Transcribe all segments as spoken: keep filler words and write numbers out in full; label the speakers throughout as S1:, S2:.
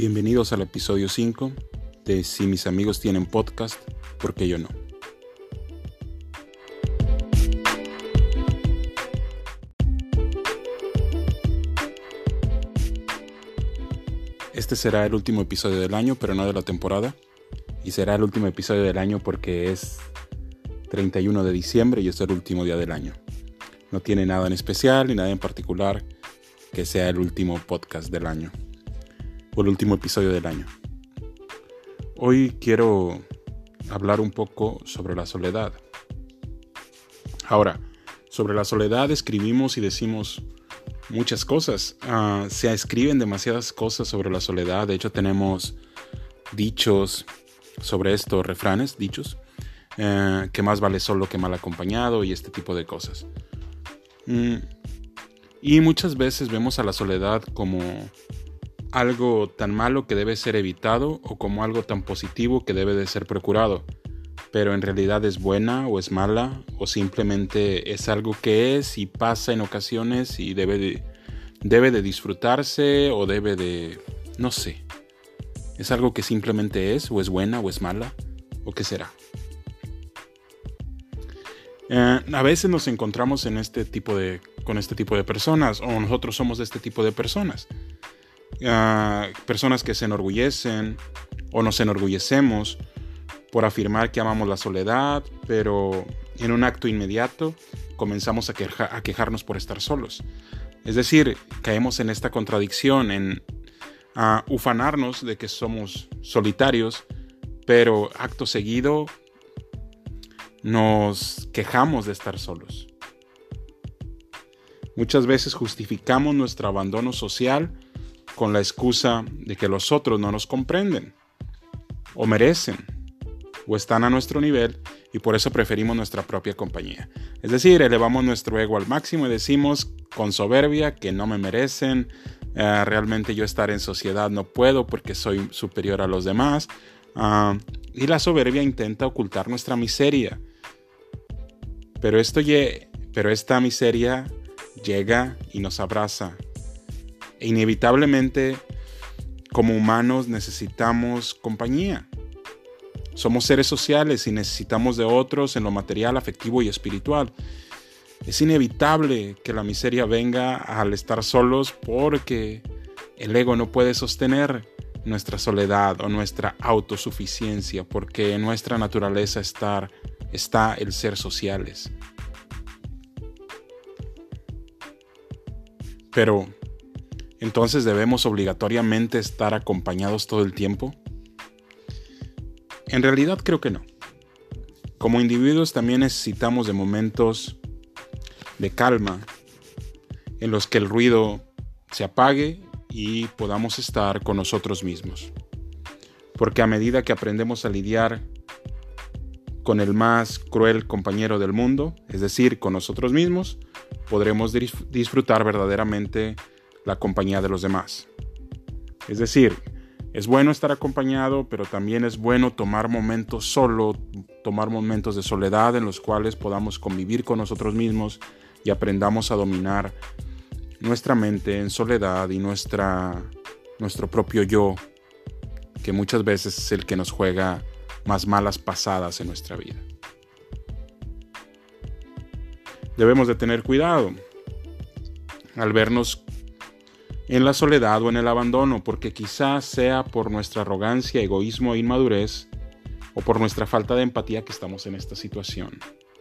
S1: Bienvenidos al episodio cinco de Si mis amigos tienen podcast, ¿por qué yo no? Este será el último episodio del año, pero no de la temporada. Y será el último episodio del año porque es treinta y uno de diciembre y es el último día del año. No tiene nada en especial ni nada en particular que sea el último podcast del año. O el último episodio del año. Hoy quiero hablar un poco sobre la soledad. Ahora, sobre la soledad escribimos y decimos muchas cosas. Uh, se escriben demasiadas cosas sobre la soledad. De hecho, tenemos dichos sobre esto, refranes, dichos, uh, que más vale solo que mal acompañado y este tipo de cosas. Mm. Y muchas veces vemos a la soledad como algo tan malo que debe ser evitado o como algo tan positivo que debe de ser procurado. Pero en realidad es buena o es mala o simplemente es algo que es y pasa en ocasiones y debe de, debe de disfrutarse o debe de... no sé. ¿Es algo que simplemente es o es buena o es mala o qué será? Eh, a veces nos encontramos en este tipo de, con este tipo de personas o nosotros somos de este tipo de personas. Uh, personas que se enorgullecen o nos enorgullecemos por afirmar que amamos la soledad, pero en un acto inmediato comenzamos a, queja- a quejarnos por estar solos. Es decir, caemos en esta contradicción, en uh, ufanarnos de que somos solitarios, pero acto seguido nos quejamos de estar solos. Muchas veces justificamos nuestro abandono social con la excusa de que los otros no nos comprenden, o merecen, o están a nuestro nivel, y por eso preferimos nuestra propia compañía. Es decir, elevamos nuestro ego al máximo y decimos con soberbia que no me merecen, uh, realmente yo estar en sociedad no puedo porque soy superior a los demás, uh, y la soberbia intenta ocultar nuestra miseria. Pero, esto ye- pero esta miseria llega y nos abraza. E inevitablemente, como humanos, necesitamos compañía. Somos seres sociales y necesitamos de otros en lo material, afectivo y espiritual. Es inevitable que la miseria venga al estar solos porque el ego no puede sostener nuestra soledad o nuestra autosuficiencia, porque en nuestra naturaleza estar, está el ser sociales. Pero ¿entonces debemos obligatoriamente estar acompañados todo el tiempo? En realidad creo que no. Como individuos también necesitamos de momentos de calma en los que el ruido se apague y podamos estar con nosotros mismos. Porque a medida que aprendemos a lidiar con el más cruel compañero del mundo, es decir, con nosotros mismos, podremos disfrutar verdaderamente la compañía de los demás. Es decir, es bueno estar acompañado, pero también es bueno tomar momentos solo, tomar momentos de soledad en los cuales podamos convivir con nosotros mismos y aprendamos a dominar nuestra mente en soledad y nuestra, nuestro propio yo, que muchas veces es el que nos juega más malas pasadas en nuestra vida. Debemos de tener cuidado al vernos en la soledad o en el abandono, porque quizás sea por nuestra arrogancia, egoísmo e inmadurez, o por nuestra falta de empatía que estamos en esta situación.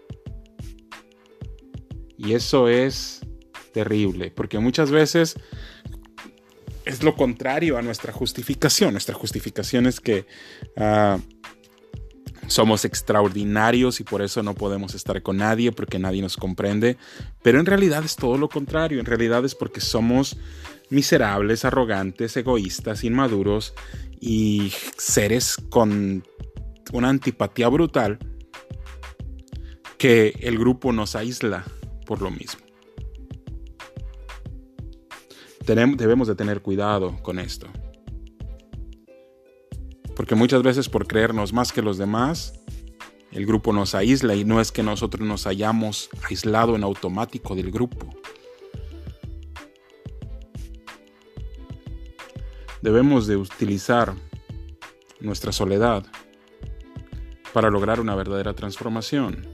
S1: Y eso es terrible, porque muchas veces es lo contrario a nuestra justificación. Nuestra justificación es que uh, somos extraordinarios y por eso no podemos estar con nadie, porque nadie nos comprende. Pero en realidad es todo lo contrario. En realidad es porque somos miserables, arrogantes, egoístas, inmaduros y seres con una antipatía brutal que el grupo nos aísla por lo mismo. Tenemos, debemos de tener cuidado con esto. Porque muchas veces por creernos más que los demás, el grupo nos aísla y no es que nosotros nos hayamos aislado en automático del grupo. debemos de utilizar nuestra soledad para lograr una verdadera transformación.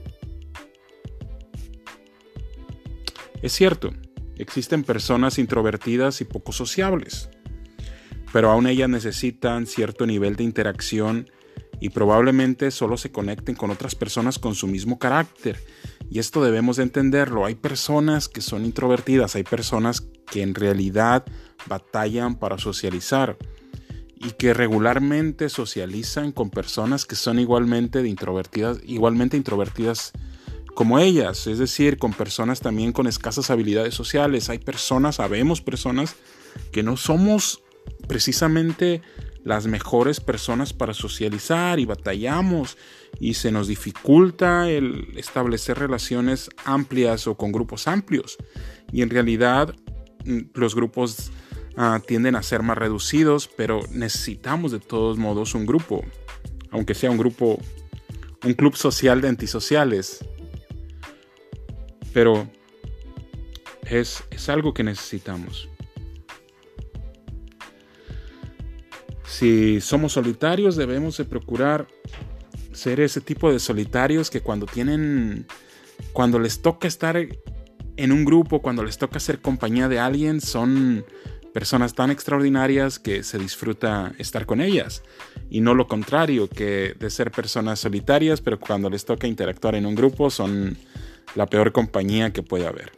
S1: Es cierto, existen personas introvertidas y poco sociables, pero aún ellas necesitan cierto nivel de interacción y probablemente solo se conecten con otras personas con su mismo carácter. Y esto debemos de entenderlo. Hay personas que son introvertidas, hay personas que en realidad batallan para socializar y que regularmente socializan con personas que son igualmente de introvertidas, igualmente introvertidas como ellas, es decir, con personas también con escasas habilidades sociales. Hay personas, sabemos personas que no somos precisamente las mejores personas para socializar y batallamos y se nos dificulta el establecer relaciones amplias o con grupos amplios. Y en realidad los grupos uh, tienden a ser más reducidos, pero necesitamos de todos modos un grupo, aunque sea un grupo, un club social de antisociales. Pero es, es algo que necesitamos. Si somos solitarios, debemos de procurar ser ese tipo de solitarios que cuando tienen, cuando les toca estar en un grupo, cuando les toca ser compañía de alguien, son personas tan extraordinarias que se disfruta estar con ellas. Y no lo contrario, que de ser personas solitarias, pero cuando les toca interactuar en un grupo, son la peor compañía que puede haber.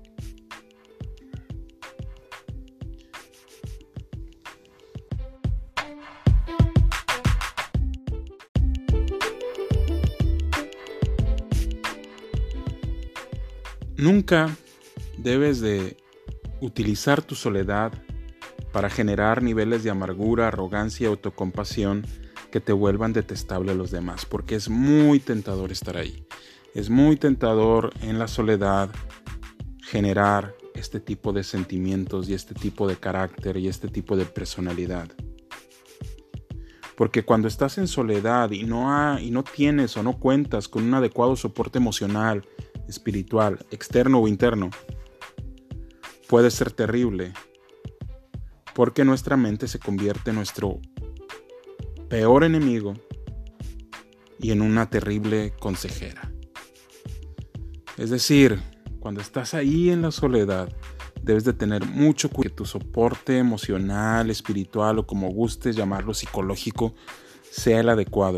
S1: Nunca debes de utilizar tu soledad para generar niveles de amargura, arrogancia y autocompasión que te vuelvan detestable a los demás, porque es muy tentador estar ahí. Es muy tentador en la soledad generar este tipo de sentimientos y este tipo de carácter y este tipo de personalidad. Porque cuando estás en soledad y no, ha, y no tienes o no cuentas con un adecuado soporte emocional, espiritual, externo o interno, puede ser terrible, porque nuestra mente se convierte en nuestro peor enemigo y en una terrible consejera. Es decir, cuando estás ahí en la soledad, debes de tener mucho cuidado que tu soporte emocional, espiritual o como gustes llamarlo psicológico sea el adecuado,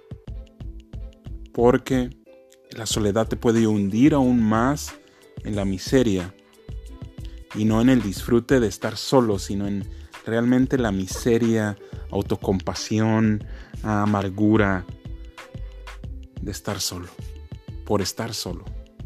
S1: porque la soledad te puede hundir aún más en la miseria y no en el disfrute de estar solo, sino en realmente la miseria, autocompasión, amargura de estar solo, por estar solo.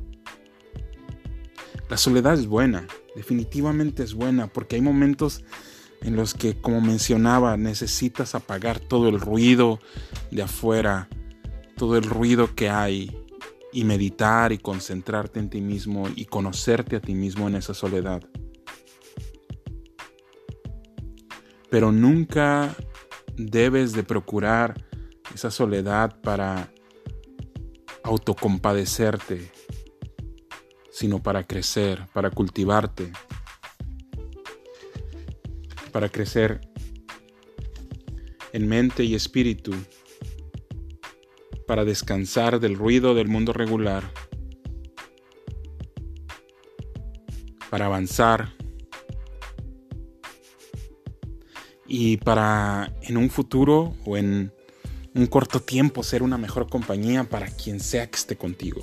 S1: La soledad es buena, definitivamente es buena, porque hay momentos en los que, como mencionaba, necesitas apagar todo el ruido de afuera, todo el ruido que hay, y meditar y concentrarte en ti mismo y conocerte a ti mismo en esa soledad. Pero nunca debes de procurar esa soledad para autocompadecerte, sino para crecer, para cultivarte, para crecer en mente y espíritu, para descansar del ruido del mundo regular, para avanzar y para en un futuro o en un corto tiempo ser una mejor compañía para quien sea que esté contigo.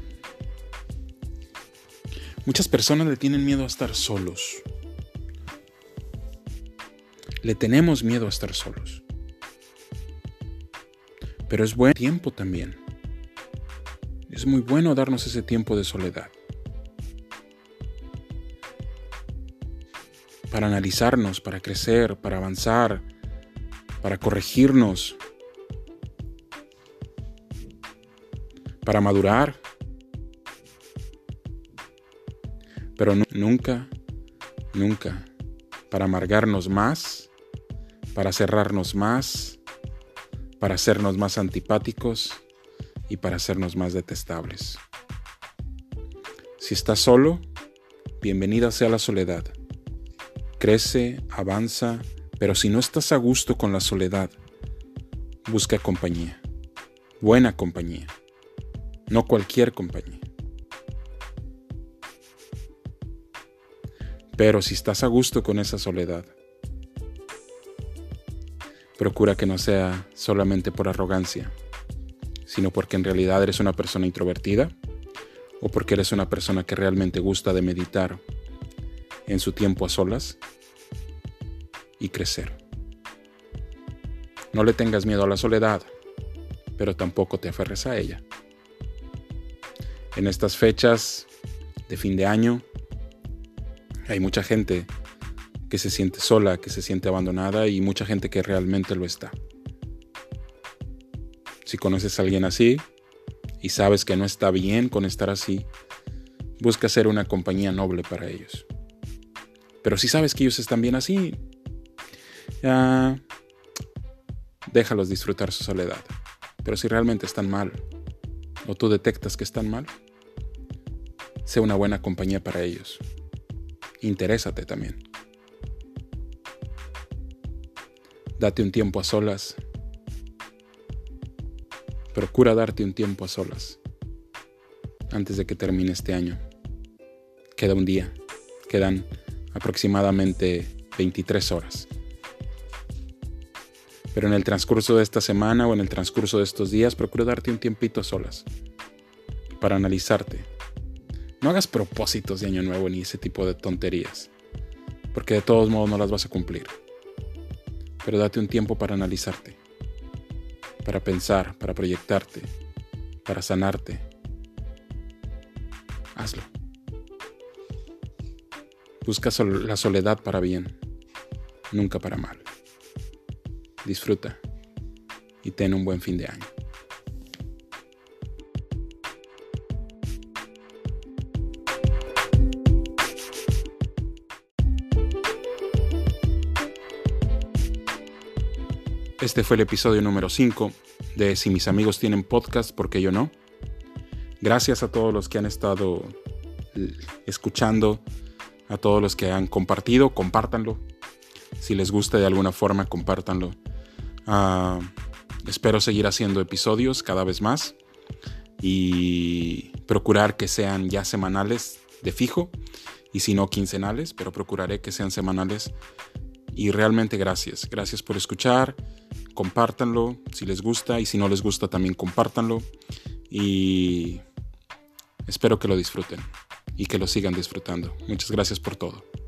S1: Muchas personas le tienen miedo a estar solos. Le tenemos miedo a estar solos. Pero es buen tiempo también. Es muy bueno darnos ese tiempo de soledad. Para analizarnos, para crecer, para avanzar, para corregirnos, para madurar. Pero no, nunca, nunca para amargarnos más, para cerrarnos más, para hacernos más antipáticos y para hacernos más detestables. Si estás solo, bienvenida sea la soledad. Crece, avanza, Pero si no estás a gusto con la soledad, busca compañía. Buena compañía. No cualquier compañía. Pero si estás a gusto con esa soledad, procura que no sea solamente por arrogancia, sino porque en realidad eres una persona introvertida o porque eres una persona que realmente gusta de meditar en su tiempo a solas y crecer. No le tengas miedo a la soledad, pero tampoco te aferres a ella. En estas fechas de fin de año, hay mucha gente que se siente sola, que se siente abandonada y mucha gente que realmente lo está. Si conoces a alguien así y sabes que no está bien con estar así, busca ser una compañía noble para ellos. Pero si sabes que ellos están bien así, ya déjalos disfrutar su soledad. Pero si realmente están mal, o tú detectas que están mal, sé una buena compañía para ellos. Interésate también. Date un tiempo a solas. Procura darte un tiempo a solas antes de que termine este año. Queda un día. Quedan aproximadamente veintitrés horas. Pero en el transcurso de esta semana o en el transcurso de estos días, procura darte un tiempito a solas para analizarte. No hagas propósitos de año nuevo ni ese tipo de tonterías, porque de todos modos no las vas a cumplir. Pero date un tiempo para analizarte, para pensar, para proyectarte, para sanarte. Hazlo. Busca sol- la soledad para bien, nunca para mal. Disfruta y ten un buen fin de año. Este fue el episodio número cinco de Si mis amigos tienen podcast, ¿por qué yo no? Gracias a todos los que han estado escuchando, a todos los que han compartido, compártanlo. Si les gusta de alguna forma, compártanlo. Uh, espero seguir haciendo episodios cada vez más y procurar que sean ya semanales de fijo y si no quincenales, pero procuraré que sean semanales. Y realmente gracias, gracias por escuchar. Compártanlo si les gusta y si no les gusta también compártanlo y espero que lo disfruten y que lo sigan disfrutando. Muchas gracias por todo.